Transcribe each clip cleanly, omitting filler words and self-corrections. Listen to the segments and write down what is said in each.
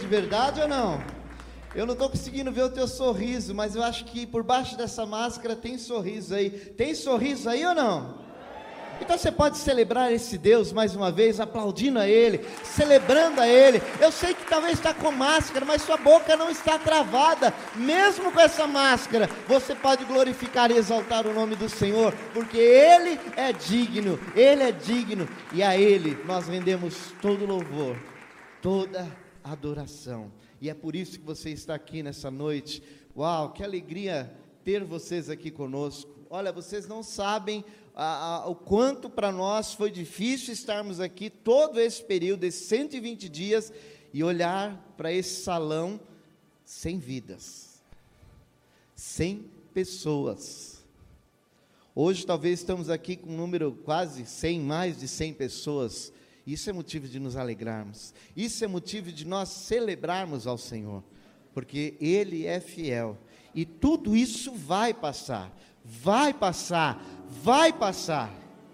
de verdade ou não? Eu não estou conseguindo ver o teu sorriso, mas eu acho que por baixo dessa máscara tem sorriso aí. Tem sorriso aí ou não? Então você pode celebrar esse Deus mais uma vez, aplaudindo a Ele, celebrando a Ele. Eu sei que talvez está com máscara, mas sua boca não está travada. Mesmo com essa máscara, você pode glorificar e exaltar o nome do Senhor, porque Ele é digno, e a Ele nós rendemos todo louvor, toda adoração. E é por isso que você está aqui nessa noite. Uau, que alegria ter vocês aqui conosco. Olha, vocês não sabem o quanto para nós foi difícil estarmos aqui todo esse período, esses 120 dias, e olhar para esse salão sem vidas, sem pessoas. Hoje talvez estamos aqui com um número quase 100, mais de 100 pessoas. Isso é motivo de nos alegrarmos, isso é motivo de nós celebrarmos ao Senhor, porque Ele é fiel, e tudo isso vai passar, vai passar, vai passar.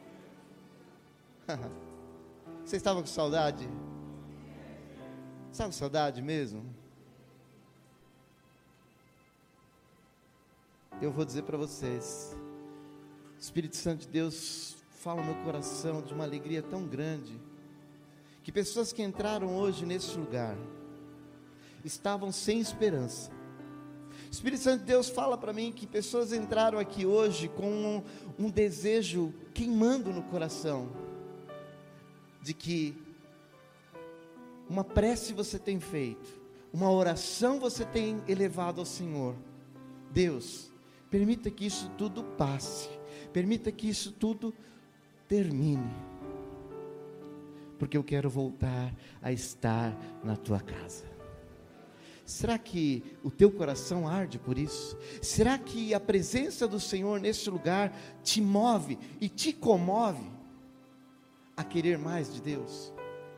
Você estava com saudade? Estava com saudade mesmo? Eu vou dizer para vocês, o Espírito Santo de Deus fala no meu coração de uma alegria tão grande, que pessoas que entraram hoje nesse lugar, estavam sem esperança. O Espírito Santo de Deus fala para mim que pessoas entraram aqui hoje com um desejo queimando no coração, de que uma prece você tem feito, uma oração você tem elevado ao Senhor. Deus, permita que isso tudo passe, permita que isso tudo termine, porque eu quero voltar a estar na tua casa. Será que o teu coração arde por isso? Será que a presença do Senhor nesse lugar te move e te comove a querer mais de Deus?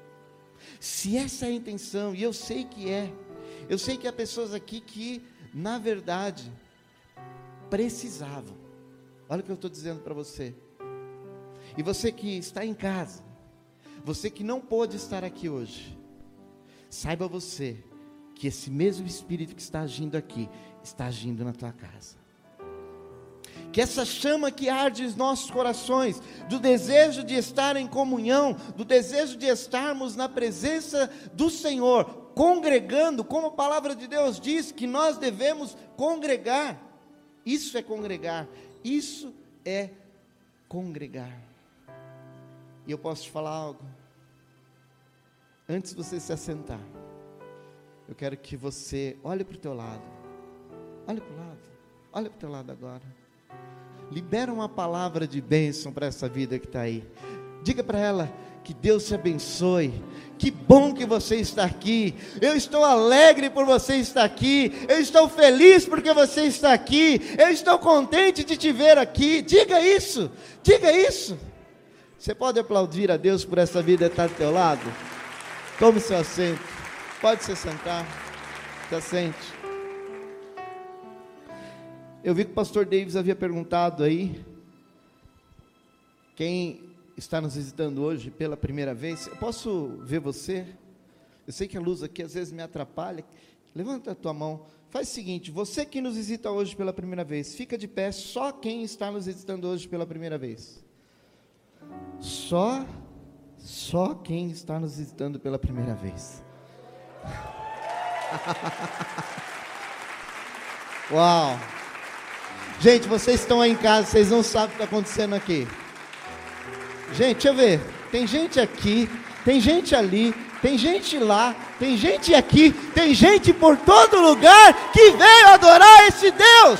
Se essa é a intenção, e eu sei que eu sei que há pessoas aqui que, na verdade, precisavam. Olha o que eu estou dizendo para você. E você que está em casa, você que não pôde estar aqui hoje, saiba você que esse mesmo Espírito que está agindo aqui, está agindo na tua casa. Que essa chama que arde em nossos corações, do desejo de estar em comunhão, do desejo de estarmos na presença do Senhor, congregando, como a palavra de Deus diz, que nós devemos congregar. Isso é congregar, isso é congregar. E eu posso te falar algo? Antes de você se assentar, eu quero que você olhe para o teu lado. Olhe para o lado. Olhe para o teu lado agora. Libera uma palavra de bênção para essa vida que está aí. Diga para ela que Deus te abençoe. Que bom que você está aqui. Eu estou alegre por você estar aqui. Eu estou feliz porque você está aqui. Eu estou contente de te ver aqui. Diga isso. Diga isso. Você pode aplaudir a Deus por essa vida estar do teu lado? Tome seu assento. Pode se sentar. Se assente. Eu vi que o pastor Davis havia perguntado aí, quem está nos visitando hoje pela primeira vez. Eu posso ver você? Eu sei que a luz aqui às vezes me atrapalha. Levanta a tua mão. Faz o seguinte, você que nos visita hoje pela primeira vez, fica de pé, só quem está nos visitando hoje pela primeira vez. Só quem está nos visitando pela primeira vez. Uau! Gente, vocês estão aí em casa, vocês não sabem o que está acontecendo aqui. Gente, deixa eu ver. Tem gente aqui, tem gente ali, tem gente lá, tem gente aqui, tem gente por todo lugar que veio adorar esse Deus.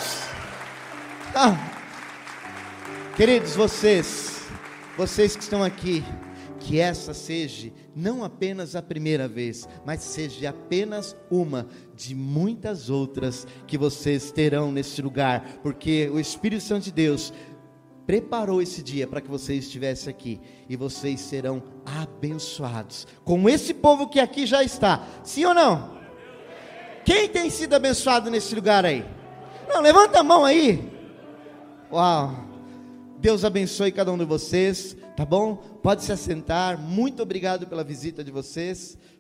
Queridos, vocês que estão aqui, que essa seja não apenas a primeira vez, mas seja apenas uma de muitas outras que vocês terão nesse lugar, porque o Espírito Santo de Deus preparou esse dia para que vocês estivessem aqui, e vocês serão abençoados, como esse povo que aqui já está, sim ou não? Quem tem sido abençoado nesse lugar aí? Não, levanta a mão aí. Uau, Deus abençoe cada um de vocês, tá bom? Pode se assentar, muito obrigado pela visita de vocês,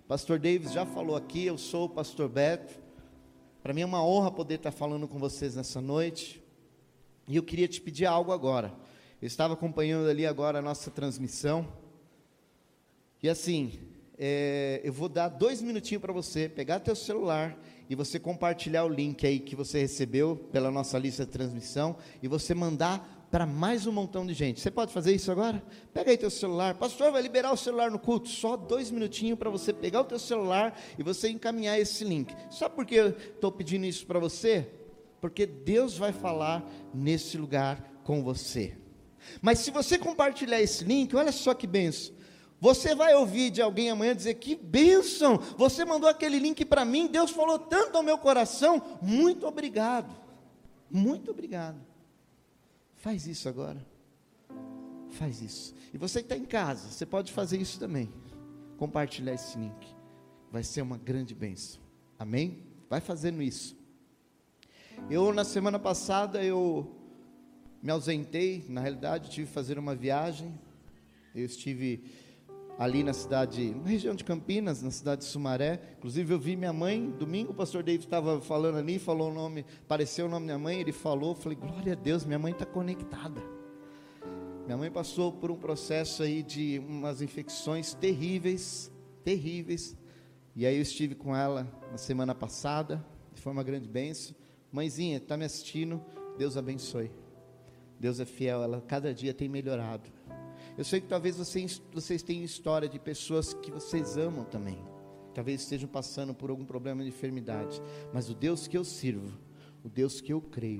Pastor Davis já falou aqui, eu sou o pastor Beto. Para mim é uma honra poder estar falando com vocês nessa noite. E eu queria te pedir algo agora. Eu estava acompanhando ali agora a nossa transmissão. E assim, eu vou dar 2 minutinhos para você pegar teu celular e você compartilhar o link aí que você recebeu pela nossa lista de transmissão e você mandar para mais um montão de gente. Você pode fazer isso agora? Pega aí teu celular. Pastor, vai liberar o celular no culto. Só 2 minutinhos para você pegar o teu celular e você encaminhar esse link. Sabe por que eu estou pedindo isso para você? Porque Deus vai falar nesse lugar com você. Mas se você compartilhar esse link, olha só que bênção. Você vai ouvir de alguém amanhã dizer: que bênção, você mandou aquele link para mim, Deus falou tanto ao meu coração, muito obrigado, muito obrigado. Faz isso agora, faz isso. E você que está em casa, você pode fazer isso também, compartilhar esse link, vai ser uma grande bênção, amém? Vai fazendo isso. Na semana passada, eu me ausentei, na realidade, tive que fazer uma viagem, eu estive ali na região de Campinas, na cidade de Sumaré. Inclusive eu vi minha mãe, domingo o pastor David estava falando ali, falou o nome, apareceu o nome da minha mãe, ele falou, falei, glória a Deus, minha mãe está conectada. Minha mãe passou por um processo aí de umas infecções terríveis, e aí eu estive com ela na semana passada, foi uma grande bênção. Mãezinha, está me assistindo, Deus abençoe, Deus é fiel, ela cada dia tem melhorado. Eu sei que talvez vocês tenham história de pessoas que vocês amam também, talvez estejam passando por algum problema de enfermidade, mas o Deus que eu sirvo, o Deus que eu creio,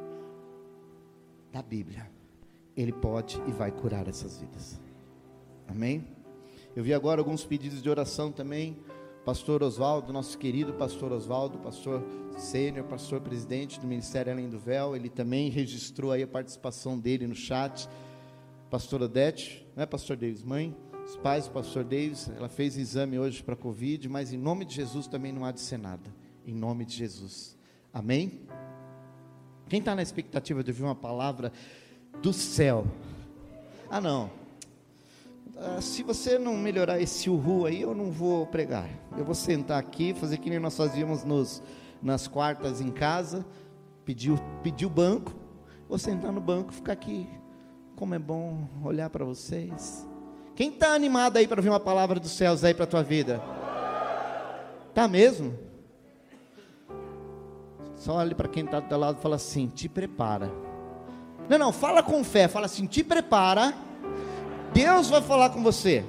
da Bíblia, Ele pode e vai curar essas vidas, amém? Eu vi agora alguns pedidos de oração também. Pastor Oswaldo, nosso querido pastor Oswaldo, pastor sênior, pastor presidente do Ministério Além do Véu, ele também registrou aí a participação dele no chat. Pastor Odete, não é pastor Davis, mãe, os pais do pastor Davis, ela fez exame hoje para Covid, mas em nome de Jesus também não há de ser nada, em nome de Jesus, amém? Quem está na expectativa de ouvir uma palavra do céu? não, se você não melhorar esse uhul aí, eu não vou pregar, eu vou sentar aqui, fazer que nem nós fazíamos nas quartas em casa, pedir o banco, vou sentar no banco, ficar aqui. Como é bom olhar para vocês. Quem está animado aí para ouvir uma palavra dos céus aí para a tua vida? Está mesmo? Só olhe para quem está do teu lado e fala assim: te prepara. Não, fala com fé, fala assim: te prepara, Deus vai falar com você.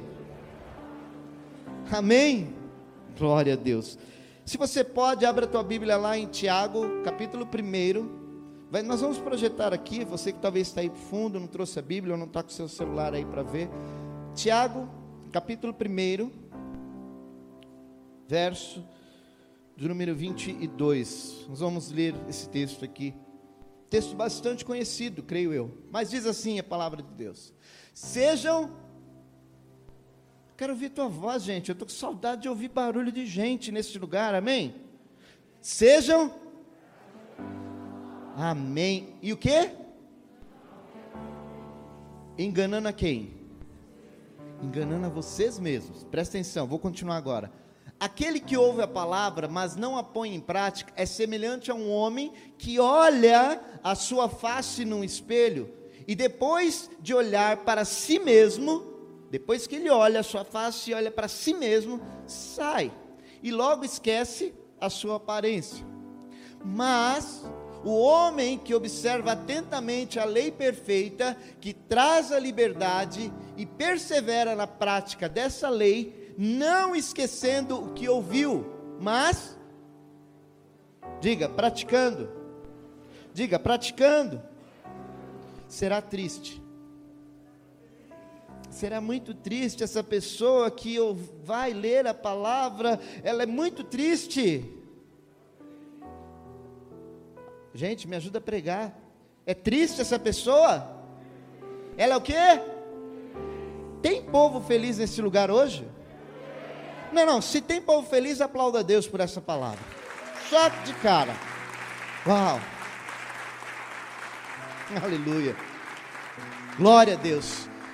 Amém? Glória a Deus. Se você pode, abra a tua Bíblia lá em Tiago, capítulo 1. Nós vamos projetar aqui, você que talvez está aí pro fundo, não trouxe a Bíblia, ou não está com o seu celular aí para ver. Tiago, capítulo 1, verso de número 22. Nós vamos ler esse texto aqui. Texto bastante conhecido, creio eu. Mas diz assim a palavra de Deus: Quero ouvir tua voz, gente. Eu estou com saudade de ouvir barulho de gente nesse lugar, amém? Amém. E o que? Enganando a quem? Enganando a vocês mesmos. Presta atenção, vou continuar agora. Aquele que ouve a palavra, mas não a põe em prática, é semelhante a um homem que olha a sua face num espelho, e depois de olhar para si mesmo, depois que ele olha a sua face e olha para si mesmo, sai, e logo esquece a sua aparência. Mas o homem que observa atentamente a lei perfeita, que traz a liberdade, e persevera na prática dessa lei, não esquecendo o que ouviu, mas, praticando, será triste. Será muito triste essa pessoa que vai ler a palavra, ela é muito triste. Gente, me ajuda a pregar. É triste essa pessoa? Ela é o quê? Tem povo feliz nesse lugar hoje? Não, se tem povo feliz, aplauda a Deus por essa palavra. Só de cara. Uau. Aleluia. Glória a Deus.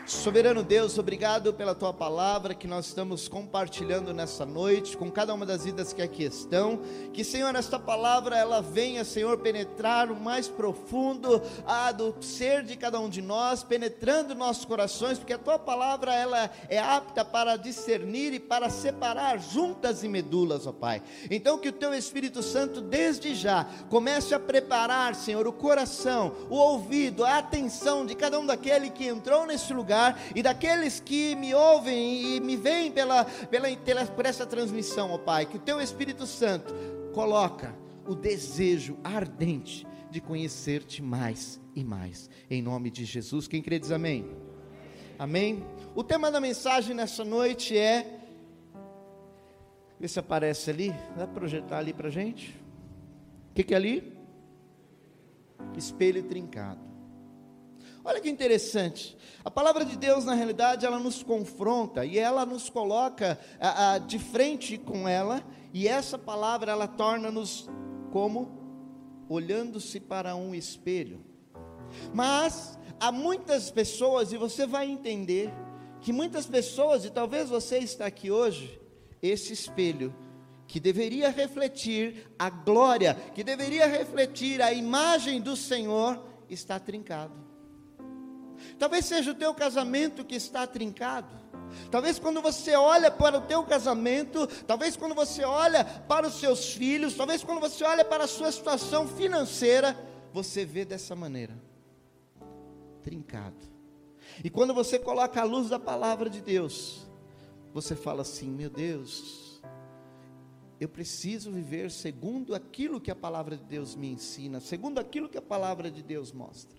Soberano Deus, obrigado pela Tua palavra que nós estamos compartilhando nessa noite, com cada uma das vidas que aqui estão, que Senhor, esta palavra ela venha, Senhor, penetrar o mais profundo do ser de cada um de nós, penetrando nossos corações, porque a Tua palavra ela é apta para discernir e para separar juntas e medulas, ó Pai. Então que o Teu Espírito Santo desde já comece a preparar, Senhor, o coração, o ouvido, a atenção de cada um daquele que entrou nesse lugar e daqueles que me ouvem e me veem por essa transmissão, ó Pai, que o Teu Espírito Santo coloca o desejo ardente de conhecer-te mais e mais, em nome de Jesus. Quem crê diz amém? Amém? O tema da mensagem nessa noite é, vê se aparece ali, vai projetar ali pra gente, o que é ali? Espelho trincado. Olha que interessante, a palavra de Deus na realidade ela nos confronta e ela nos coloca de frente com ela, e essa palavra ela torna-nos como olhando-se para um espelho. Mas há muitas pessoas, e você vai entender que muitas pessoas, e talvez você está aqui hoje, esse espelho que deveria refletir a glória, que deveria refletir a imagem do Senhor, está trincado. Talvez seja o teu casamento que está trincado. Talvez quando você olha para o teu casamento, talvez quando você olha para os seus filhos, talvez quando você olha para a sua situação financeira, você vê dessa maneira, trincado. E quando você coloca a luz da palavra de Deus, você fala assim: meu Deus, eu preciso viver segundo aquilo que a palavra de Deus me ensina, segundo aquilo que a palavra de Deus mostra.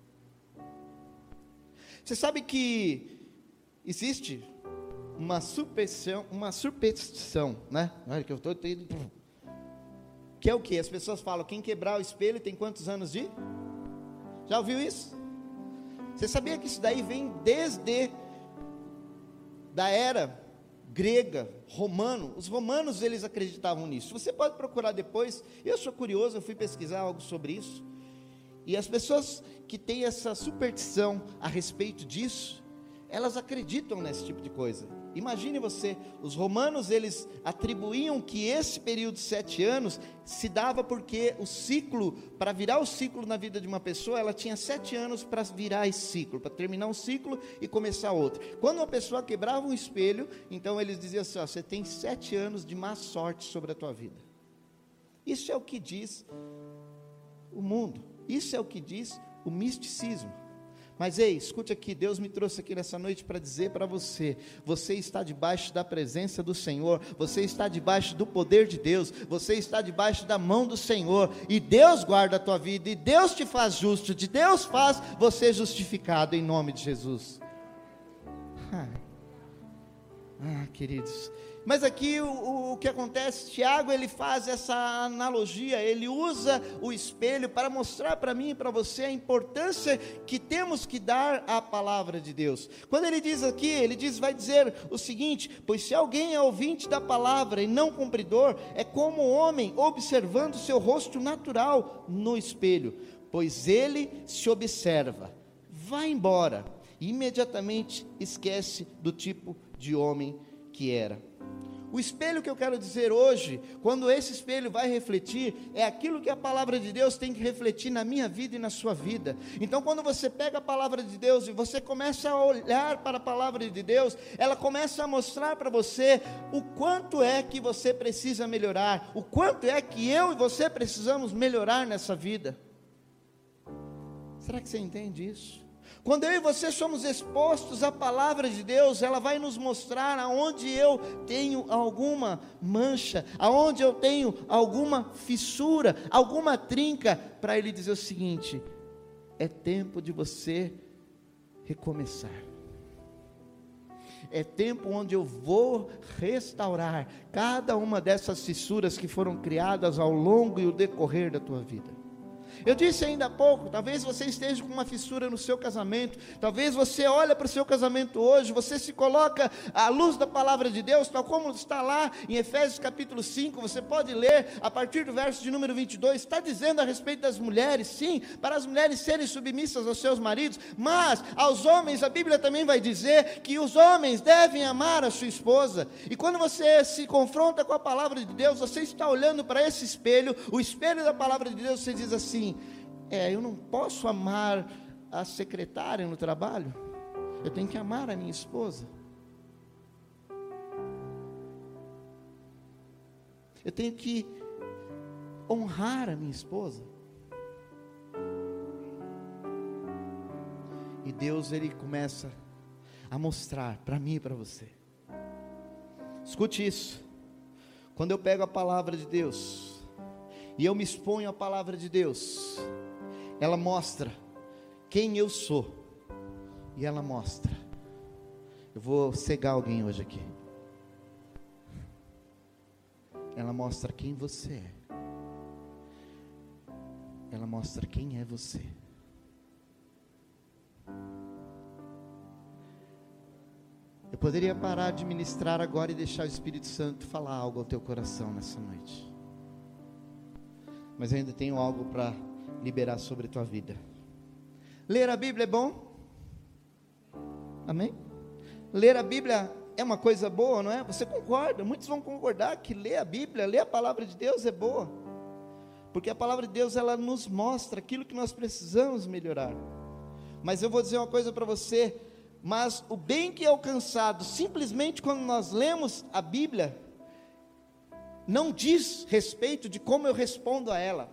Você sabe que existe uma superstição, né? Olha que eu estou que é o que? As pessoas falam, quem quebrar o espelho tem quantos anos de? Já ouviu isso? Você sabia que isso daí vem desde da era grega, romano? Os romanos eles acreditavam nisso. Você pode procurar depois, eu sou curioso, eu fui pesquisar algo sobre isso. E as pessoas que têm essa superstição a respeito disso, elas acreditam nesse tipo de coisa. Imagine você, os romanos eles atribuíam que esse período de 7 anos se dava porque o ciclo, para virar o ciclo na vida de uma pessoa, ela tinha 7 anos para virar esse ciclo, para terminar um ciclo e começar outro. Quando uma pessoa quebrava um espelho, então eles diziam assim: ó, você tem 7 anos de má sorte sobre a tua vida. Isso é o que diz o mundo, isso é o que diz o misticismo. Mas ei, escute aqui, Deus me trouxe aqui nessa noite para dizer para você: você está debaixo da presença do Senhor, você está debaixo do poder de Deus, você está debaixo da mão do Senhor, e Deus guarda a tua vida, e Deus te faz justo, de Deus faz você justificado, em nome de Jesus. Queridos, mas aqui o que acontece, Tiago ele faz essa analogia, ele usa o espelho para mostrar para mim e para você a importância que temos que dar à palavra de Deus. Quando ele diz aqui, vai dizer o seguinte: pois se alguém é ouvinte da palavra e não cumpridor, é como um homem observando seu rosto natural no espelho, pois ele se observa, vai embora, e imediatamente esquece do tipo de homem que era. O espelho que eu quero dizer hoje, quando esse espelho vai refletir, é aquilo que a palavra de Deus tem que refletir na minha vida e na sua vida. Então quando você pega a palavra de Deus e você começa a olhar para a palavra de Deus, ela começa a mostrar para você o quanto é que você precisa melhorar, o quanto é que eu e você precisamos melhorar nessa vida. Será que você entende isso? Quando eu e você somos expostos à palavra de Deus, ela vai nos mostrar aonde eu tenho alguma mancha, aonde eu tenho alguma fissura, alguma trinca, para Ele dizer o seguinte: é tempo de você recomeçar. É tempo onde eu vou restaurar cada uma dessas fissuras que foram criadas ao longo e o decorrer da tua vida. Eu disse ainda há pouco, talvez você esteja com uma fissura no seu casamento, talvez você olha para o seu casamento hoje, você se coloca à luz da palavra de Deus, tal como está lá em Efésios capítulo 5, você pode ler a partir do verso de número 22, está dizendo a respeito das mulheres, sim, para as mulheres serem submissas aos seus maridos, mas aos homens a Bíblia também vai dizer que os homens devem amar a sua esposa. E quando você se confronta com a palavra de Deus, você está olhando para esse espelho, o espelho da palavra de Deus, você diz assim: eu não posso amar a secretária no trabalho, eu tenho que amar a minha esposa, eu tenho que honrar a minha esposa. E Deus, Ele começa a mostrar para mim e para você. Escute isso. Quando eu pego a palavra de Deus e eu me exponho à palavra de Deus, ela mostra quem eu sou. E ela mostra. Eu vou cegar alguém hoje aqui. Ela mostra quem você é. Ela mostra quem é você. Eu poderia parar de ministrar agora e deixar o Espírito Santo falar algo ao teu coração nessa noite, mas eu ainda tenho algo para liberar sobre a tua vida. Ler a Bíblia é bom? Amém? Ler a Bíblia é uma coisa boa, não é? Você concorda? Muitos vão concordar que ler a Bíblia, ler a palavra de Deus é boa, porque a palavra de Deus, ela nos mostra aquilo que nós precisamos melhorar. Mas eu vou dizer uma coisa para você: mas o bem que é alcançado simplesmente quando nós lemos a Bíblia, não diz respeito de como eu respondo a ela.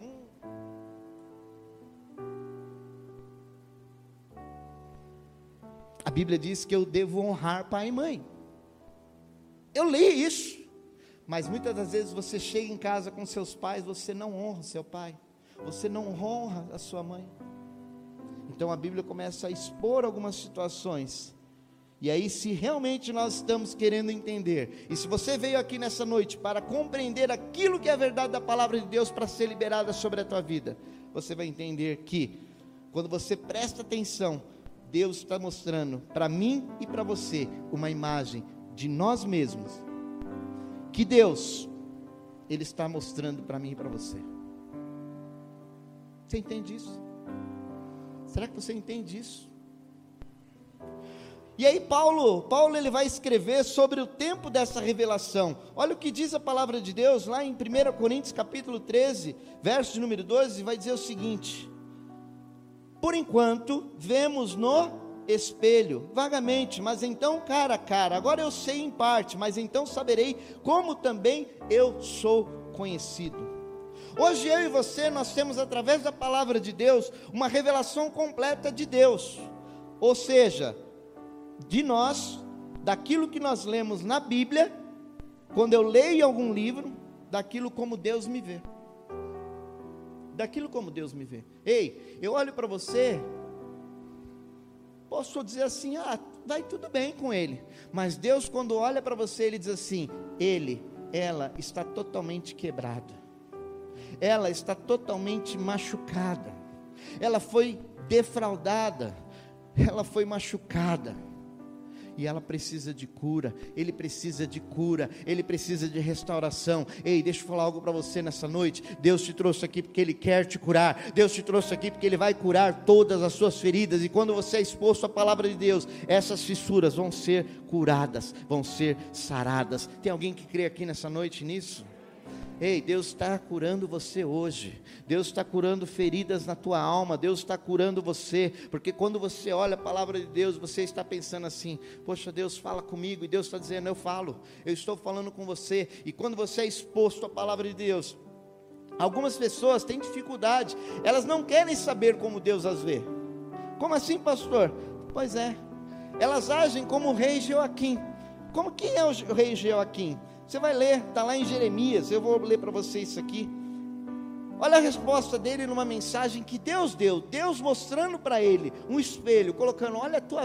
A Bíblia diz que eu devo honrar pai e mãe. Eu li isso, mas muitas das vezes você chega em casa com seus pais, você não honra seu pai, você não honra a sua mãe. Então a Bíblia começa a expor algumas situações, e aí, se realmente nós estamos querendo entender, e se você veio aqui nessa noite para compreender aquilo que é a verdade da palavra de Deus para ser liberada sobre a tua vida, você vai entender que, quando você presta atenção, Deus está mostrando para mim e para você uma imagem de nós mesmos, que Deus, Ele está mostrando para mim e para você. Você entende isso? Será que você entende isso? E aí Paulo ele vai escrever sobre o tempo dessa revelação. Olha o que diz a palavra de Deus lá em 1 Coríntios capítulo 13, verso de número 12, vai dizer o seguinte: por enquanto vemos no espelho, vagamente, mas então cara a cara. Agora eu sei em parte, mas então saberei como também eu sou conhecido. Hoje eu e você, nós temos através da palavra de Deus, uma revelação completa de Deus, ou seja, de nós, daquilo que nós lemos na Bíblia, quando eu leio algum livro, daquilo como Deus me vê, daquilo como Deus me vê. Ei, eu olho para você, posso dizer assim, vai tudo bem com ele, mas Deus, quando olha para você, Ele diz assim: ela está totalmente quebrada, ela está totalmente machucada, ela foi defraudada, ela foi machucada, e ela precisa de cura, ele precisa de cura, ele precisa de restauração. Ei, deixa eu falar algo para você nessa noite. Deus te trouxe aqui porque Ele quer te curar, Deus te trouxe aqui porque Ele vai curar todas as suas feridas, e quando você é exposto à palavra de Deus, essas fissuras vão ser curadas, vão ser saradas. Tem alguém que crê aqui nessa noite nisso? Ei, Deus está curando você hoje, Deus está curando feridas na tua alma, Deus está curando você, porque quando você olha a palavra de Deus, você está pensando assim: poxa, Deus fala comigo, e Deus está dizendo: eu falo, eu estou falando com você. E quando você é exposto à palavra de Deus, algumas pessoas têm dificuldade, elas não querem saber como Deus as vê. Como assim, pastor? Pois é, elas agem como o rei Jeoaquim. Como quem é o rei Jeoaquim? Você vai ler, está lá em Jeremias, eu vou ler para você isso aqui. Olha a resposta dele numa mensagem que Deus deu, Deus mostrando para ele um espelho, colocando: olha a tua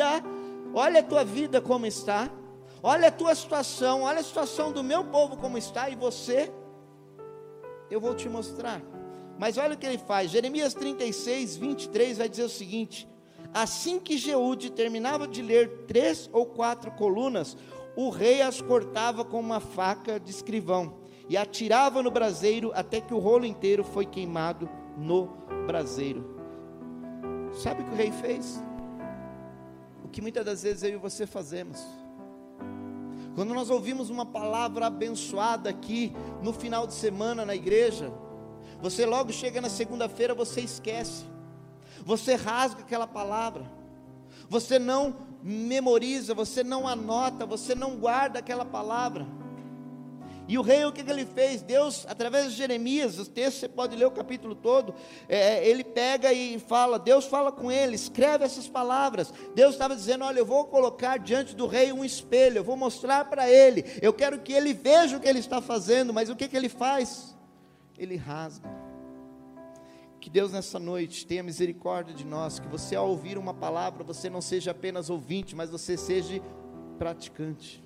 vida como está, olha a tua situação, olha a situação do meu povo como está, e você, eu vou te mostrar Mas olha o que ele faz. Jeremias 36, 23 vai dizer o seguinte: assim que Jeude terminava de ler 3 ou 4 colunas, o rei as cortava com uma faca de escrivão e atirava no braseiro até que o rolo inteiro foi queimado no braseiro. Sabe o que o rei fez? O que muitas das vezes eu e você fazemos. Quando nós ouvimos uma palavra abençoada aqui no final de semana na igreja, você logo chega na segunda-feira, você esquece, você rasga aquela palavra, você não memoriza, você não anota, você não guarda aquela palavra. E o rei, o que ele fez? Deus, através de Jeremias, o texto você pode ler o capítulo todo, ele pega e fala, Deus fala com ele, escreve essas palavras. Deus estava dizendo, olha, eu vou colocar diante do rei um espelho, eu vou mostrar para ele, eu quero que ele veja o que ele está fazendo. Mas o que ele faz? Ele rasga. Que Deus nessa noite tenha misericórdia de nós, que você ao ouvir uma palavra, você não seja apenas ouvinte, mas você seja praticante.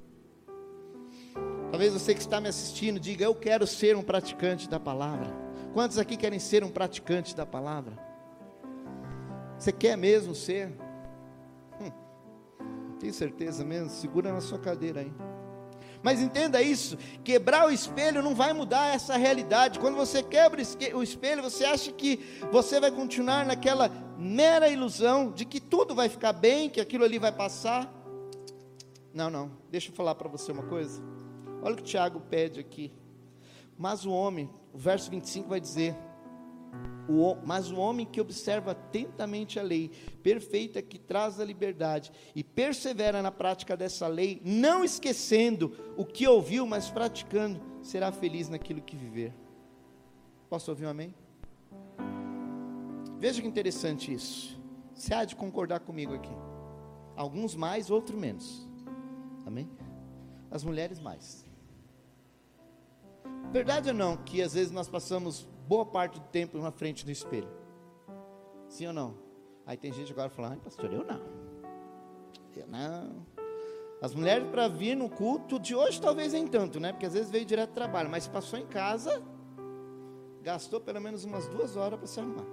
Talvez você que está me assistindo diga, eu quero ser um praticante da palavra. Quantos aqui querem ser um praticante da palavra? Você quer mesmo ser? Tem certeza mesmo? Segura na sua cadeira aí. Mas entenda isso, quebrar o espelho não vai mudar essa realidade. Quando você quebra o espelho, você acha que você vai continuar naquela mera ilusão de que tudo vai ficar bem, que aquilo ali vai passar. Não, deixa eu falar para você uma coisa. Olha o que Tiago pede aqui. Mas o homem, o verso 25 vai dizer, mas o homem que observa atentamente a lei perfeita que traz a liberdade e persevera na prática dessa lei, não esquecendo o que ouviu, mas praticando, será feliz naquilo que viver. Posso ouvir um amém? Veja que interessante isso. Você há de concordar comigo aqui. Alguns mais, outros menos. Amém? As mulheres mais. Verdade ou não que às vezes nós passamos boa parte do tempo na frente do espelho? Sim ou não? Aí tem gente agora falando, pastor, eu não. As mulheres para vir no culto de hoje talvez nem tanto, né? Porque às vezes veio direto do trabalho, mas passou em casa, gastou pelo menos umas 2 horas para se arrumar.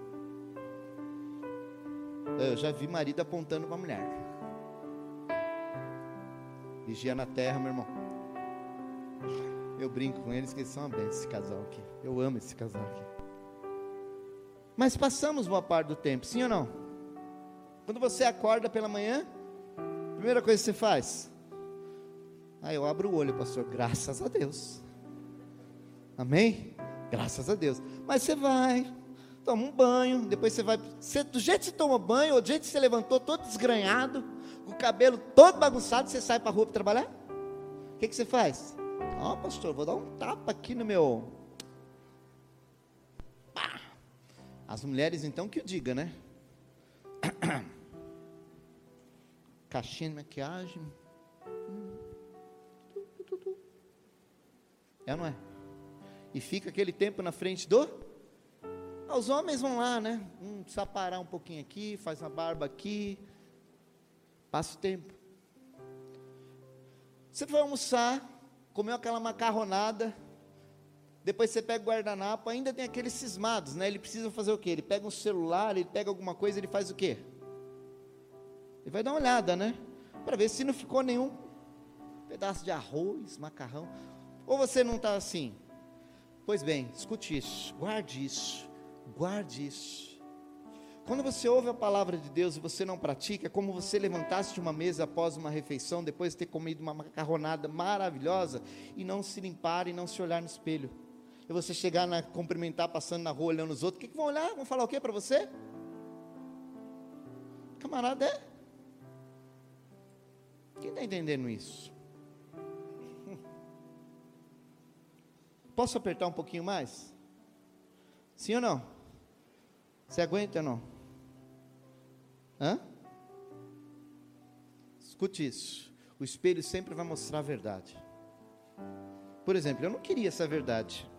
Eu já vi marido apontando para a mulher. Vigia na terra, meu irmão. Eu brinco com eles que eles são uma benção, esse casal aqui. Eu amo esse casal aqui. Mas passamos boa parte do tempo, sim ou não? Quando você acorda pela manhã, a primeira coisa que você faz? Eu abro o olho, pastor, graças a Deus. Amém? Graças a Deus. Mas você vai, toma um banho, depois você vai, do jeito que você toma banho, ou do jeito que você levantou todo desgranhado, com o cabelo todo bagunçado, você sai para a rua para trabalhar? O que você faz? Pastor, vou dar um tapa aqui no meu... As mulheres então que o diga, né? Caixinha de maquiagem. É ou não é? E fica aquele tempo na frente do... Os homens vão lá, né? Precisa parar um pouquinho aqui, faz uma barba aqui. Passa o tempo. Você vai almoçar, comeu aquela macarronada, depois você pega o guardanapo, ainda tem aqueles cismados, né? Ele precisa fazer o quê? Ele pega um celular, ele pega alguma coisa, ele faz o quê? Ele vai dar uma olhada, né? Para ver se não ficou nenhum pedaço de arroz, macarrão. Ou você não está assim? Pois bem, escute isso, guarde isso, guarde isso. Quando você ouve a palavra de Deus e você não pratica, é como você levantasse de uma mesa após uma refeição, depois de ter comido uma macarronada maravilhosa, e não se limpar e não se olhar no espelho. E você chegar cumprimentar, passando na rua, olhando os outros, o que vão olhar? Vão falar o que para você? Camarada, Quem está entendendo isso? Posso apertar um pouquinho mais? Sim ou não? Você aguenta ou não? Escute isso. O espelho sempre vai mostrar a verdade. Por exemplo, eu não queria essa verdade.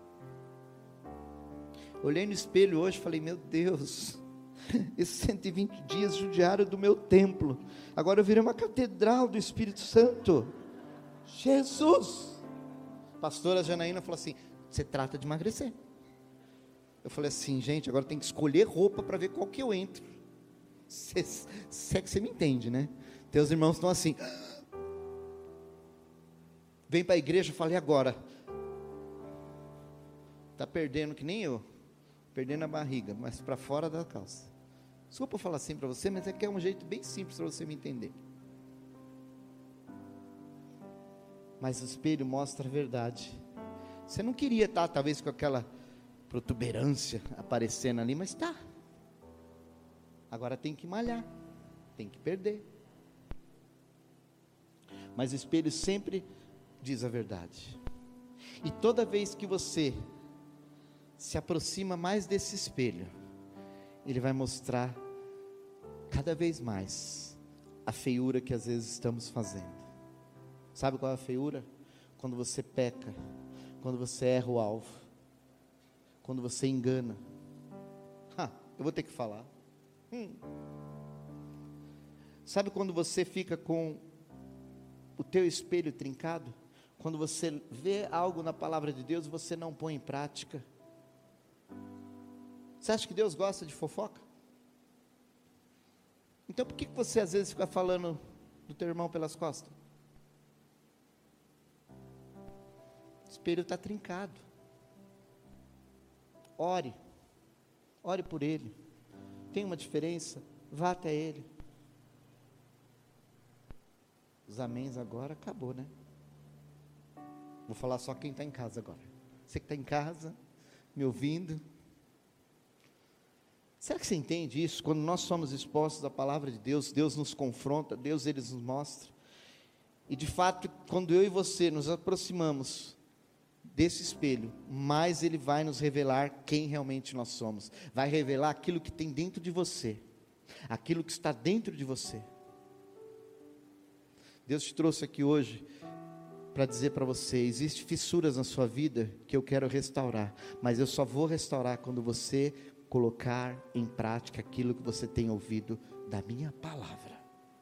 Olhei no espelho hoje e falei, meu Deus, esses 120 dias judiaram do meu templo. Agora eu virei uma catedral do Espírito Santo. Jesus! Pastora Janaína falou assim, você trata de emagrecer. Eu falei assim, gente, agora tem que escolher roupa para ver qual que eu entro. Se é que você me entende, né? Teus irmãos estão assim, vem para a igreja, eu falei agora, está perdendo que nem eu, perdendo a barriga, mas para fora da calça. Desculpa eu falar assim para você, mas é que é um jeito bem simples para você me entender. Mas o espelho mostra a verdade. Você não queria estar talvez com aquela protuberância aparecendo ali, mas está. Agora tem que malhar, tem que perder. Mas o espelho sempre diz a verdade. E toda vez que você se aproxima mais desse espelho, ele vai mostrar cada vez mais a feiura que às vezes estamos fazendo. Sabe qual é a feiura? Quando você peca, quando você erra o alvo, quando você engana. Eu vou ter que falar. Sabe quando você fica com o teu espelho trincado? Quando você vê algo na palavra de Deus, você não põe em prática. Você acha que Deus gosta de fofoca? Então por que você às vezes fica falando do teu irmão pelas costas? O espelho está trincado. Ore por ele. Tem uma diferença? Vá até ele. Os améns agora acabou, né? Vou falar só quem está em casa agora. Você que está em casa, me ouvindo. Será que você entende isso? Quando nós somos expostos à palavra de Deus, Deus nos confronta, Deus Ele nos mostra. E de fato, quando eu e você nos aproximamos desse espelho, mais Ele vai nos revelar quem realmente nós somos. Vai revelar aquilo que tem dentro de você. Aquilo que está dentro de você. Deus te trouxe aqui hoje para dizer para você, existem fissuras na sua vida que eu quero restaurar, mas eu só vou restaurar quando você colocar em prática aquilo que você tem ouvido da minha palavra.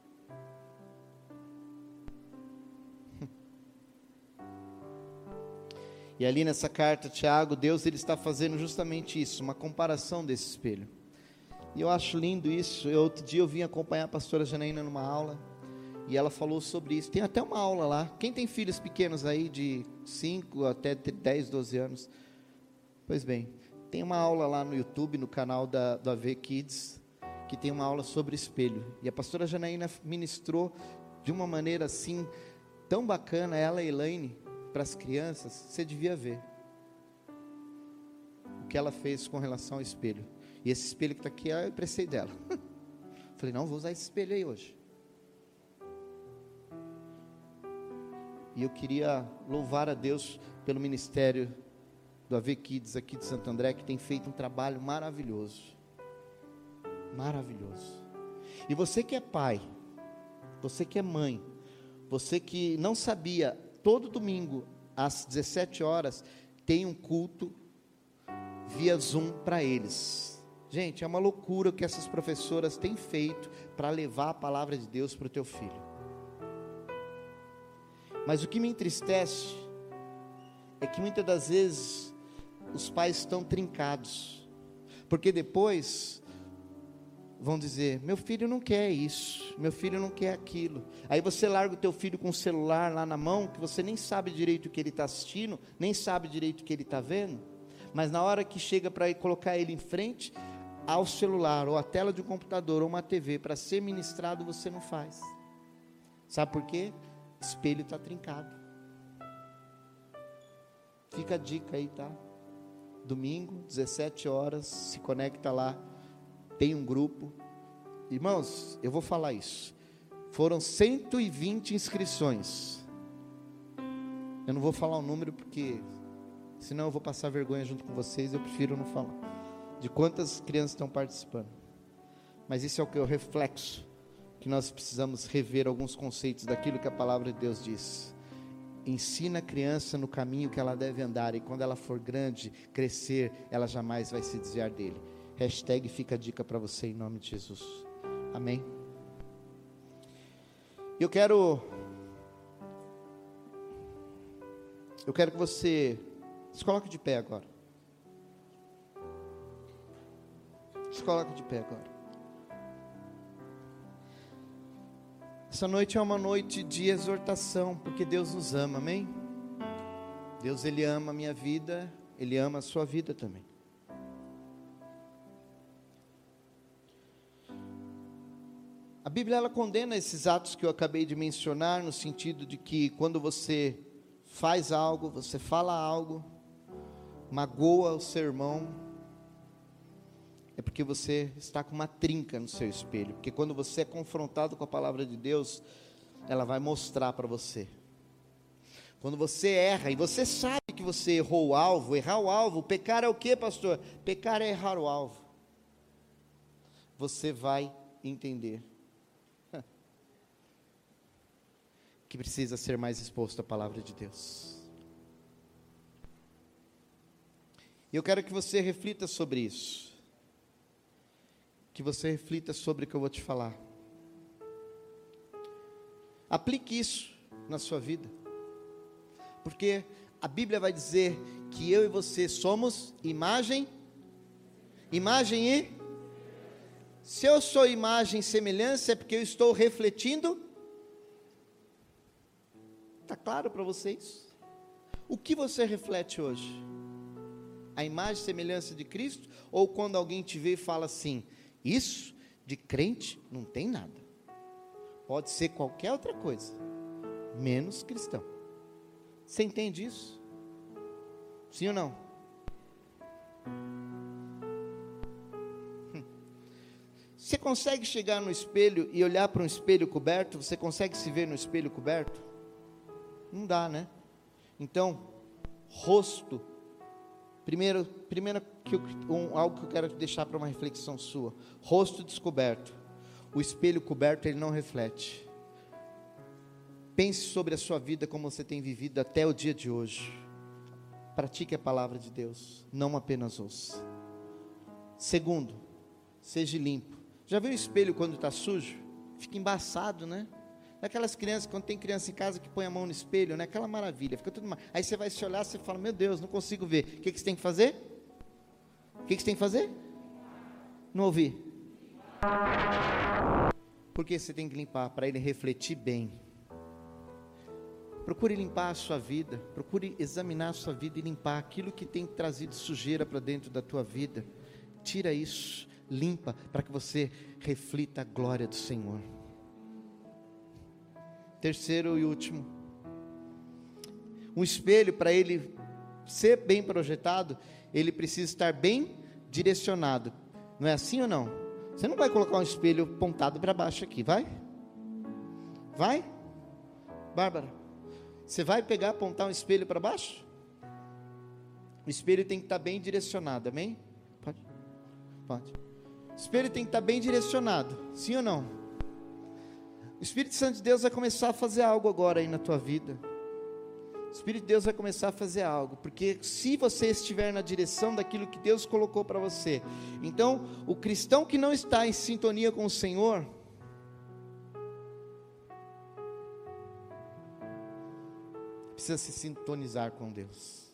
E ali nessa carta, Tiago, Deus ele está fazendo justamente isso, uma comparação desse espelho. E eu acho lindo isso. Outro dia eu vim acompanhar a pastora Janaína numa aula, e ela falou sobre isso. Tem até uma aula lá. Quem tem filhos pequenos aí, de 5 até 10, 12 anos? Pois bem, tem uma aula lá no YouTube, no canal do AV Kids, que tem uma aula sobre espelho. E a pastora Janaína ministrou de uma maneira assim, tão bacana, ela e Elaine, para as crianças. Você devia ver o que ela fez com relação ao espelho. E esse espelho que está aqui, eu emprestei dela. Falei, não, vou usar esse espelho aí hoje. E eu queria louvar a Deus pelo ministério do AV Kids aqui de Santo André, que tem feito um trabalho maravilhoso. Maravilhoso. E você que é pai, você que é mãe, você que não sabia, todo domingo, às 17 horas, tem um culto via Zoom para eles. Gente, é uma loucura o que essas professoras têm feito para levar a palavra de Deus para o teu filho. Mas o que me entristece é que muitas das vezes os pais estão trincados, porque depois vão dizer, meu filho não quer isso, meu filho não quer aquilo. Aí você larga o teu filho com o celular lá na mão, que você nem sabe direito o que ele está assistindo, nem sabe direito o que ele está vendo, mas na hora que chega para colocar ele em frente ao celular, ou à tela de um computador, ou uma TV, para ser ministrado, você não faz. Sabe por quê? Espelho está trincado. Fica a dica aí, tá? Domingo, 17 horas, se conecta lá, tem um grupo. Irmãos, eu vou falar isso. Foram 120 inscrições. Eu não vou falar o número porque senão eu vou passar vergonha junto com vocês, eu prefiro não falar de quantas crianças estão participando. Mas isso é o que? O reflexo que nós precisamos rever alguns conceitos daquilo que a palavra de Deus diz. Ensina a criança no caminho que ela deve andar, e quando ela for grande, crescer, ela jamais vai se desviar dele. Hashtag fica a dica para você em nome de Jesus. Amém? Eu quero que você se coloque de pé agora. Se coloca de pé agora. Essa noite é uma noite de exortação, porque Deus nos ama, amém? Deus, Ele ama a minha vida, Ele ama a sua vida também. A Bíblia, ela condena esses atos que eu acabei de mencionar, no sentido de que quando você faz algo, você fala algo, magoa o seu irmão, é porque você está com uma trinca no seu espelho, porque quando você é confrontado com a palavra de Deus, ela vai mostrar para você. Quando você erra, e você sabe que você errou o alvo, errar o alvo, pecar é o que, pastor? Pecar é errar o alvo. Você vai entender que precisa ser mais exposto à palavra de Deus. E eu quero que você reflita sobre isso. Que você reflita sobre o que eu vou te falar. Aplique isso na sua vida. Porque a Bíblia vai dizer que eu e você somos imagem e... Se eu sou imagem e semelhança, é porque eu estou refletindo. Está claro para vocês? O que você reflete hoje? A imagem e semelhança de Cristo? Ou quando alguém te vê e fala assim, isso de crente não tem nada. Pode ser qualquer outra coisa, menos cristão. Você entende isso? Sim ou não? Você consegue chegar no espelho e olhar para um espelho coberto? Você consegue se ver no espelho coberto? Não dá, né? Então, rosto. Primeiro algo que eu quero deixar para uma reflexão sua. Rosto descoberto. O espelho coberto, ele não reflete. Pense sobre a sua vida, como você tem vivido até o dia de hoje. Pratique a palavra de Deus, não apenas ouça. Segundo, seja limpo. Já viu o espelho quando está sujo? Fica embaçado, né? Daquelas crianças, quando tem criança em casa que põe a mão no espelho, né? Aquela maravilha, fica tudo mal. Aí você vai se olhar, você fala, meu Deus, não consigo ver. O que você tem que fazer? O que você tem que fazer? Não ouvi. Porque você tem que limpar, para ele refletir bem. Procure limpar a sua vida, procure examinar a sua vida e limpar aquilo que tem trazido sujeira para dentro da tua vida. Tira isso, limpa, para que você reflita a glória do Senhor. Terceiro e último, um espelho, para ele ser bem projetado, ele precisa estar bem direcionado. Não é assim ou não? Você não vai colocar um espelho apontado para baixo aqui, vai? Vai? Bárbara, você vai apontar um espelho para baixo? O espelho tem que estar bem direcionado, amém? Pode? Pode. O espelho tem que estar bem direcionado, sim ou não? O Espírito Santo de Deus vai começar a fazer algo agora aí na tua vida. O Espírito de Deus vai começar a fazer algo, porque se você estiver na direção daquilo que Deus colocou para você, então o cristão que não está em sintonia com o Senhor, precisa se sintonizar com Deus.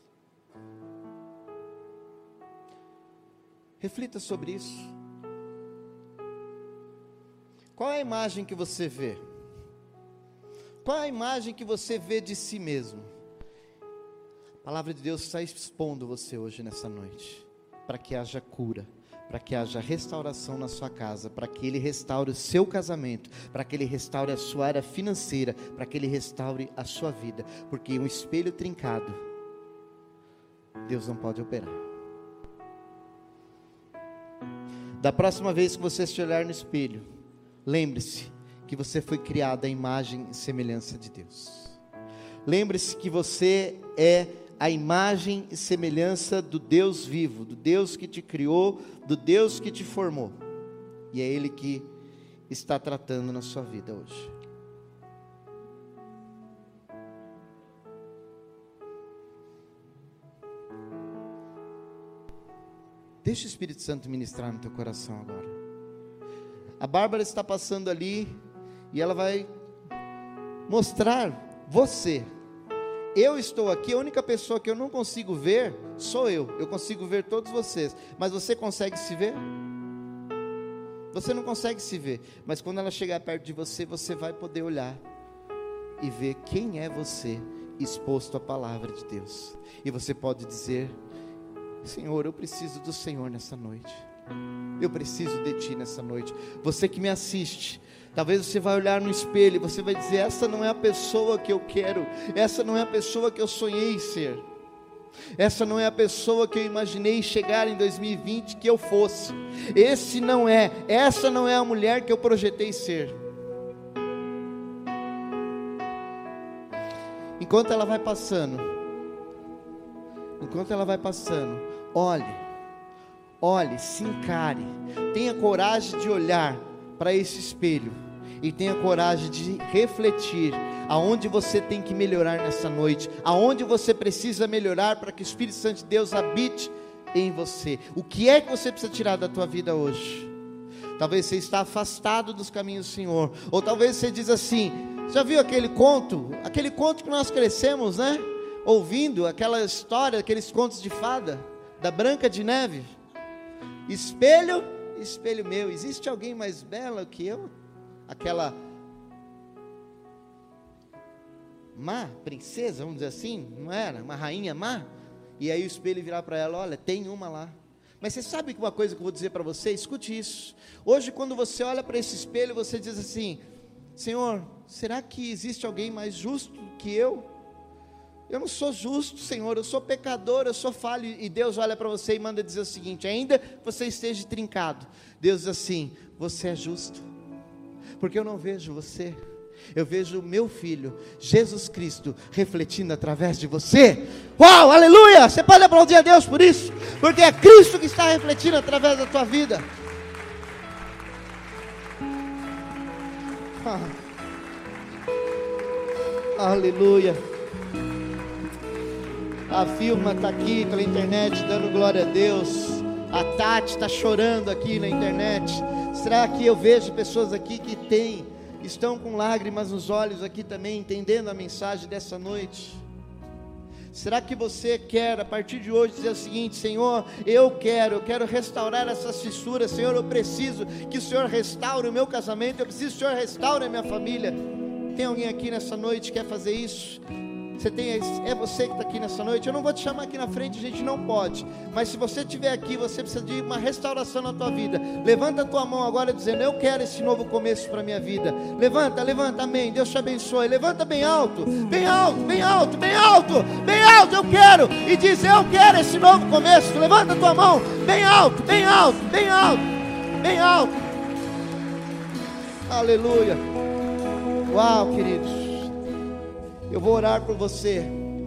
Reflita sobre isso. Qual é a imagem que você vê? Qual é a imagem que você vê de si mesmo? A palavra de Deus está expondo você hoje nessa noite, para que haja cura, para que haja restauração na sua casa, para que Ele restaure o seu casamento, para que Ele restaure a sua área financeira, para que Ele restaure a sua vida, porque um espelho trincado, Deus não pode operar. Da próxima vez que você se olhar no espelho, lembre-se que você foi criado à imagem e semelhança de Deus. Lembre-se que você é a imagem e semelhança do Deus vivo, do Deus que te criou, do Deus que te formou. E é Ele que está tratando na sua vida hoje. Deixa o Espírito Santo ministrar no teu coração agora. A Bárbara está passando ali e ela vai mostrar você. Eu estou aqui, a única pessoa que eu não consigo ver sou eu. Eu consigo ver todos vocês, mas você consegue se ver? Você não consegue se ver, mas quando ela chegar perto de você, você vai poder olhar e ver quem é você exposto à palavra de Deus. E você pode dizer: Senhor, eu preciso do Senhor nessa noite. Eu preciso de Ti nessa noite. Você que me assiste, talvez você vai olhar no espelho e você vai dizer: essa não é a pessoa que eu quero, essa não é a pessoa que eu sonhei ser, essa não é a pessoa que eu imaginei chegar em 2020 que eu fosse, essa não é a mulher que eu projetei ser. Enquanto ela vai passando, olhe, se encare, tenha coragem de olhar para esse espelho e tenha coragem de refletir aonde você tem que melhorar nessa noite, aonde você precisa melhorar para que o Espírito Santo de Deus habite em você. O que é que você precisa tirar da tua vida hoje? Talvez você está afastado dos caminhos do Senhor, ou talvez você diz assim: já viu aquele conto que nós crescemos, né? Ouvindo aquela história, aqueles contos de fada, da Branca de Neve. Espelho, espelho meu, existe alguém mais bela que eu? Aquela má princesa, vamos dizer assim, não era? Uma rainha má? E aí o espelho virar para ela: olha, tem uma lá. Mas você sabe que uma coisa que eu vou dizer para você? Escute isso. Hoje, quando você olha para esse espelho, você diz assim: Senhor, será que existe alguém mais justo que eu? Eu não sou justo, Senhor, eu sou pecador, eu sou falho. E Deus olha para você e manda dizer o seguinte: ainda que você esteja trincado, Deus diz assim: você é justo, porque eu não vejo você, eu vejo o meu Filho, Jesus Cristo, refletindo através de você. Uau, aleluia! Você pode aplaudir a Deus por isso, porque é Cristo que está refletindo através da tua vida. Aleluia. A Vilma está aqui pela internet dando glória a Deus. A Tati está chorando aqui na internet. Será que eu vejo pessoas aqui que estão com lágrimas nos olhos aqui também, entendendo a mensagem dessa noite? Será que você quer a partir de hoje dizer o seguinte: Senhor, eu quero restaurar essas fissuras. Senhor, eu preciso que o Senhor restaure o meu casamento, eu preciso que o Senhor restaure a minha família. Tem alguém aqui nessa noite que quer fazer isso? É você que está aqui nessa noite. Eu não vou te chamar aqui na frente, a gente não pode, mas se você estiver aqui, você precisa de uma restauração na tua vida. Levanta a tua mão agora dizendo: eu quero esse novo começo para a minha vida. Levanta, amém, Deus te abençoe. Levanta bem alto, bem alto, bem alto, bem alto, bem alto, eu quero. E diz: eu quero esse novo começo. Levanta a tua mão, bem alto, bem alto, bem alto, bem alto. Aleluia. Uau, queridos, eu vou orar por você.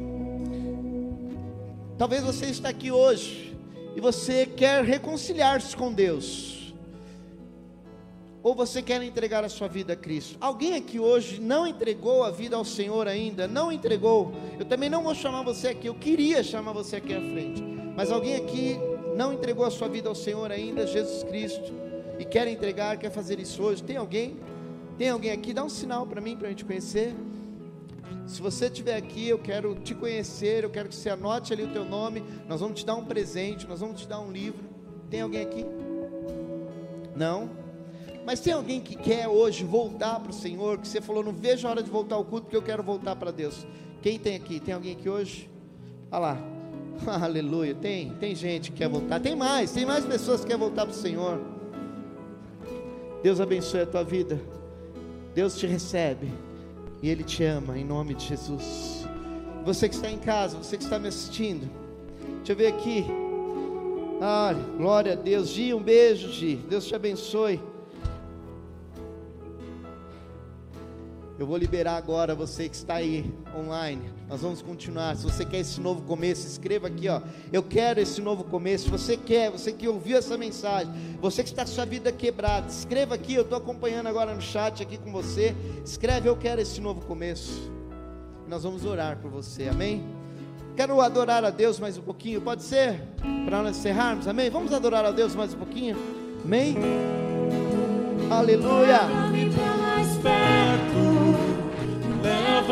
Talvez você está aqui hoje e você quer reconciliar-se com Deus, ou você quer entregar a sua vida a Cristo. Alguém aqui hoje não entregou a vida ao Senhor ainda? Não entregou? Eu também não vou chamar você aqui, eu queria chamar você aqui à frente, mas alguém aqui não entregou a sua vida ao Senhor ainda, Jesus Cristo, e quer entregar, quer fazer isso hoje? Tem alguém? Tem alguém aqui? Dá um sinal para mim, para a gente conhecer. Se você estiver aqui, eu quero te conhecer, eu quero que você anote ali o teu nome. Nós vamos te dar um presente, nós vamos te dar um livro. Tem alguém aqui? Não? Mas tem alguém que quer hoje voltar para o Senhor, que você falou: não vejo a hora de voltar ao culto, porque eu quero voltar para Deus. Quem tem aqui? Tem alguém aqui hoje? Olha lá. Aleluia. Tem gente que quer voltar. Tem mais pessoas que querem voltar para o Senhor. Deus abençoe a tua vida. Deus te recebe e Ele te ama, em nome de Jesus. Você que está em casa, você que está me assistindo, deixa eu ver aqui. Glória a Deus. Gi, um beijo, Gi, Deus te abençoe. Eu vou liberar agora você que está aí online. Nós vamos continuar. Se você quer esse novo começo, escreva aqui, ó: eu quero esse novo começo. Você que ouviu essa mensagem, você que está com sua vida quebrada, escreva aqui. Eu estou acompanhando agora no chat aqui com você. Escreve: eu quero esse novo começo. E nós vamos orar por você, amém? Quero adorar a Deus mais um pouquinho, pode ser? Para nós encerrarmos, amém? Vamos adorar a Deus mais um pouquinho, amém? Aleluia. Mais perto, leva.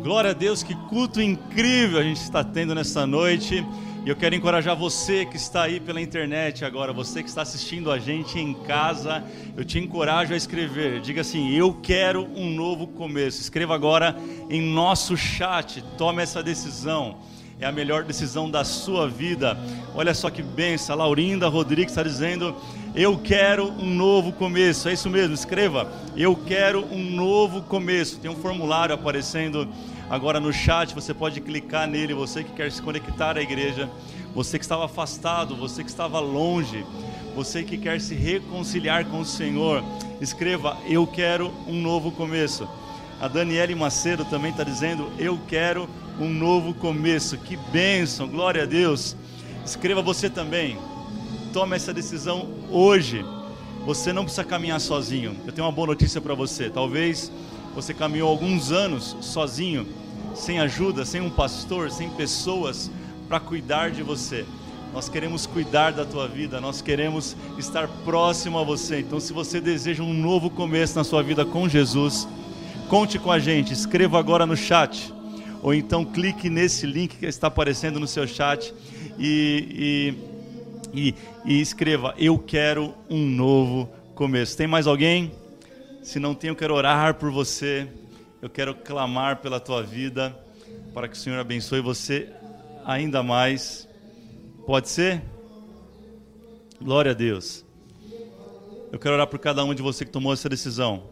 Glória a Deus, que culto incrível a gente está tendo nessa noite. E eu quero encorajar você que está aí pela internet agora, você que está assistindo a gente em casa, eu te encorajo a escrever. Diga assim: eu quero um novo começo. Escreva agora em nosso chat. Tome essa decisão. É a melhor decisão da sua vida. Olha só que bênção. A Laurinda Rodrigues está dizendo: eu quero um novo começo. É isso mesmo, escreva: eu quero um novo começo. Tem um formulário aparecendo agora no chat, você pode clicar nele. Você que quer se conectar à igreja, você que estava afastado, você que estava longe, você que quer se reconciliar com o Senhor, escreva: eu quero um novo começo. A Daniele Macedo também está dizendo: eu quero um novo começo. Que bênção, glória a Deus. Escreva você também: tome essa decisão hoje. Você não precisa caminhar sozinho. Eu tenho uma boa notícia para você. Talvez você caminhou alguns anos sozinho, sem ajuda, sem um pastor, sem pessoas para cuidar de você. Nós queremos cuidar da tua vida, nós queremos estar próximo a você. Então, se você deseja um novo começo na sua vida com Jesus, conte com a gente. Escreva agora no chat, ou então clique nesse link que está aparecendo no seu chat e escreva: eu quero um novo começo. Tem mais alguém? Se não tem, eu quero orar por você. Eu quero clamar pela tua vida, para que o Senhor abençoe você ainda mais. Pode ser? Glória a Deus. Eu quero orar por cada um de você que tomou essa decisão.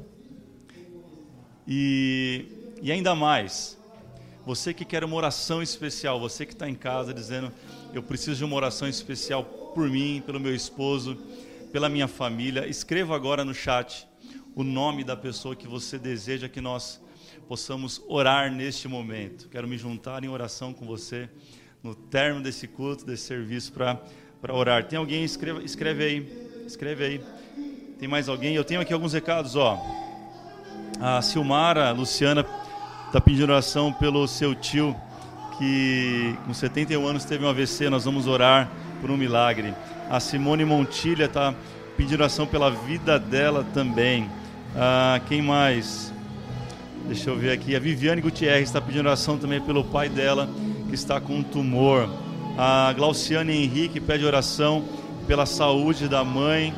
E ainda mais, você que quer uma oração especial, você que está em casa dizendo: eu preciso de uma oração especial por mim, pelo meu esposo, pela minha família. Escreva agora no chat o nome da pessoa que você deseja que nós possamos orar neste momento. Quero me juntar em oração com você no término desse culto, desse serviço, para orar. Tem alguém? Escreve aí. Tem mais alguém? Eu tenho aqui alguns recados, ó. A Silmara, a Luciana, está pedindo oração pelo seu tio, que com 71 anos teve um AVC. Nós vamos orar por um milagre. A Simone Montilha está pedindo oração pela vida dela também. Quem mais? Deixa eu ver aqui. A Viviane Gutierrez está pedindo oração também pelo pai dela, que está com um tumor. A Glauciane Henrique pede oração pela saúde da mãe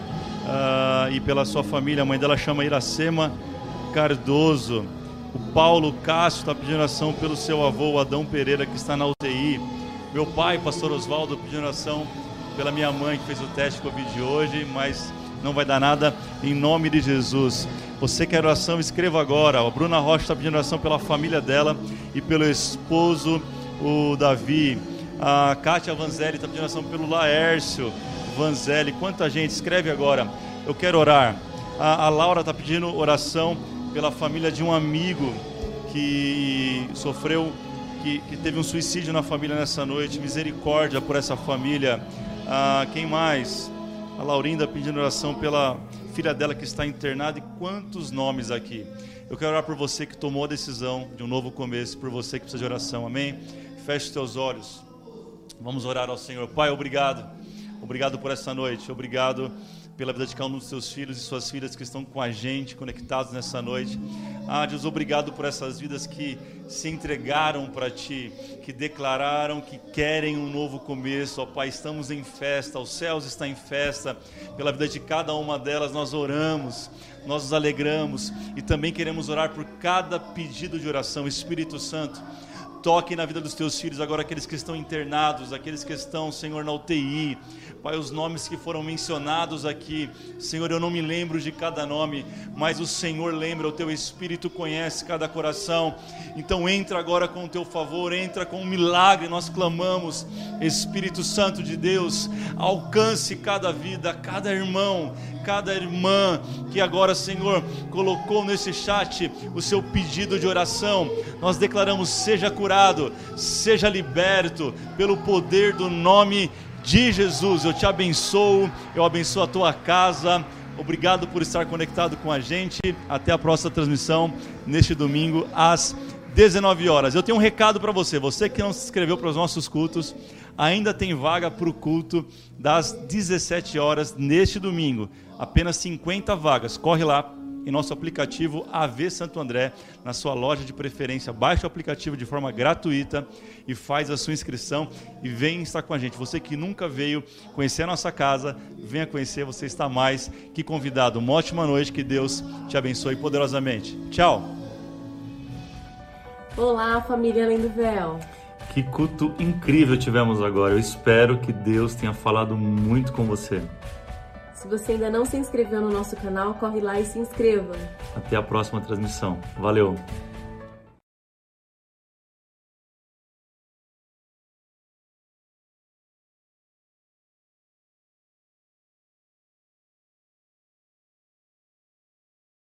e pela sua família. A mãe dela chama Iracema Cardoso. O Paulo Cássio está pedindo oração pelo seu avô, Adão Pereira, que está na UTI. Meu pai, pastor Osvaldo, pedindo oração pela minha mãe, que fez o teste Covid hoje, mas não vai dar nada, em nome de Jesus. Você quer oração? Escreva agora. A Bruna Rocha está pedindo oração pela família dela e pelo esposo, o Davi. A Kátia Vanzelli está pedindo oração pelo Laércio Vanzelli. Quanta gente? Escreve agora: eu quero orar. A Laura está pedindo oração pela família de um amigo que sofreu, que teve um suicídio na família nessa noite. Misericórdia por essa família. Quem mais? A Laurinda pedindo oração pela filha dela que está internada. E quantos nomes aqui. Eu quero orar por você que tomou a decisão de um novo começo, por você que precisa de oração, amém? Feche os teus olhos, vamos orar ao Senhor. Pai, obrigado por essa noite, obrigado pela vida de cada um dos seus filhos e suas filhas que estão com a gente, conectados nessa noite. Deus, obrigado por essas vidas que se entregaram para Ti, que declararam que querem um novo começo. Ó Pai, estamos em festa, os céus estão em festa pela vida de cada uma delas. Nós oramos, nós nos alegramos e também queremos orar por cada pedido de oração. Espírito Santo, toque na vida dos teus filhos agora, aqueles que estão internados, aqueles que estão, Senhor, na UTI. Pai, os nomes que foram mencionados aqui, Senhor, eu não me lembro de cada nome, mas o Senhor lembra, o teu Espírito conhece cada coração. Então entra agora com o teu favor, entra com um milagre. Nós clamamos, Espírito Santo de Deus, alcance cada vida, cada irmão, cada irmã que agora, Senhor, colocou nesse chat o seu pedido de oração. Nós declaramos: seja curado, seja liberto pelo poder do nome de Jesus. Eu te abençoo, eu abençoo a tua casa. Obrigado por estar conectado com a gente. Até a próxima transmissão neste domingo às 19 horas. Eu tenho um recado para você. Você que não se inscreveu para os nossos cultos, ainda tem vaga para o culto das 17 horas neste domingo. Apenas 50 vagas. Corre lá, em nosso aplicativo AV Santo André, na sua loja de preferência. Baixe o aplicativo de forma gratuita e faz a sua inscrição e vem estar com a gente. Você que nunca veio conhecer a nossa casa, venha conhecer, você está mais que convidado. Uma ótima noite, que Deus te abençoe poderosamente. Tchau! Olá, família Além do Véu. Que culto incrível tivemos agora. Eu espero que Deus tenha falado muito com você. Se você ainda não se inscreveu no nosso canal, corre lá e se inscreva. Até a próxima transmissão. Valeu!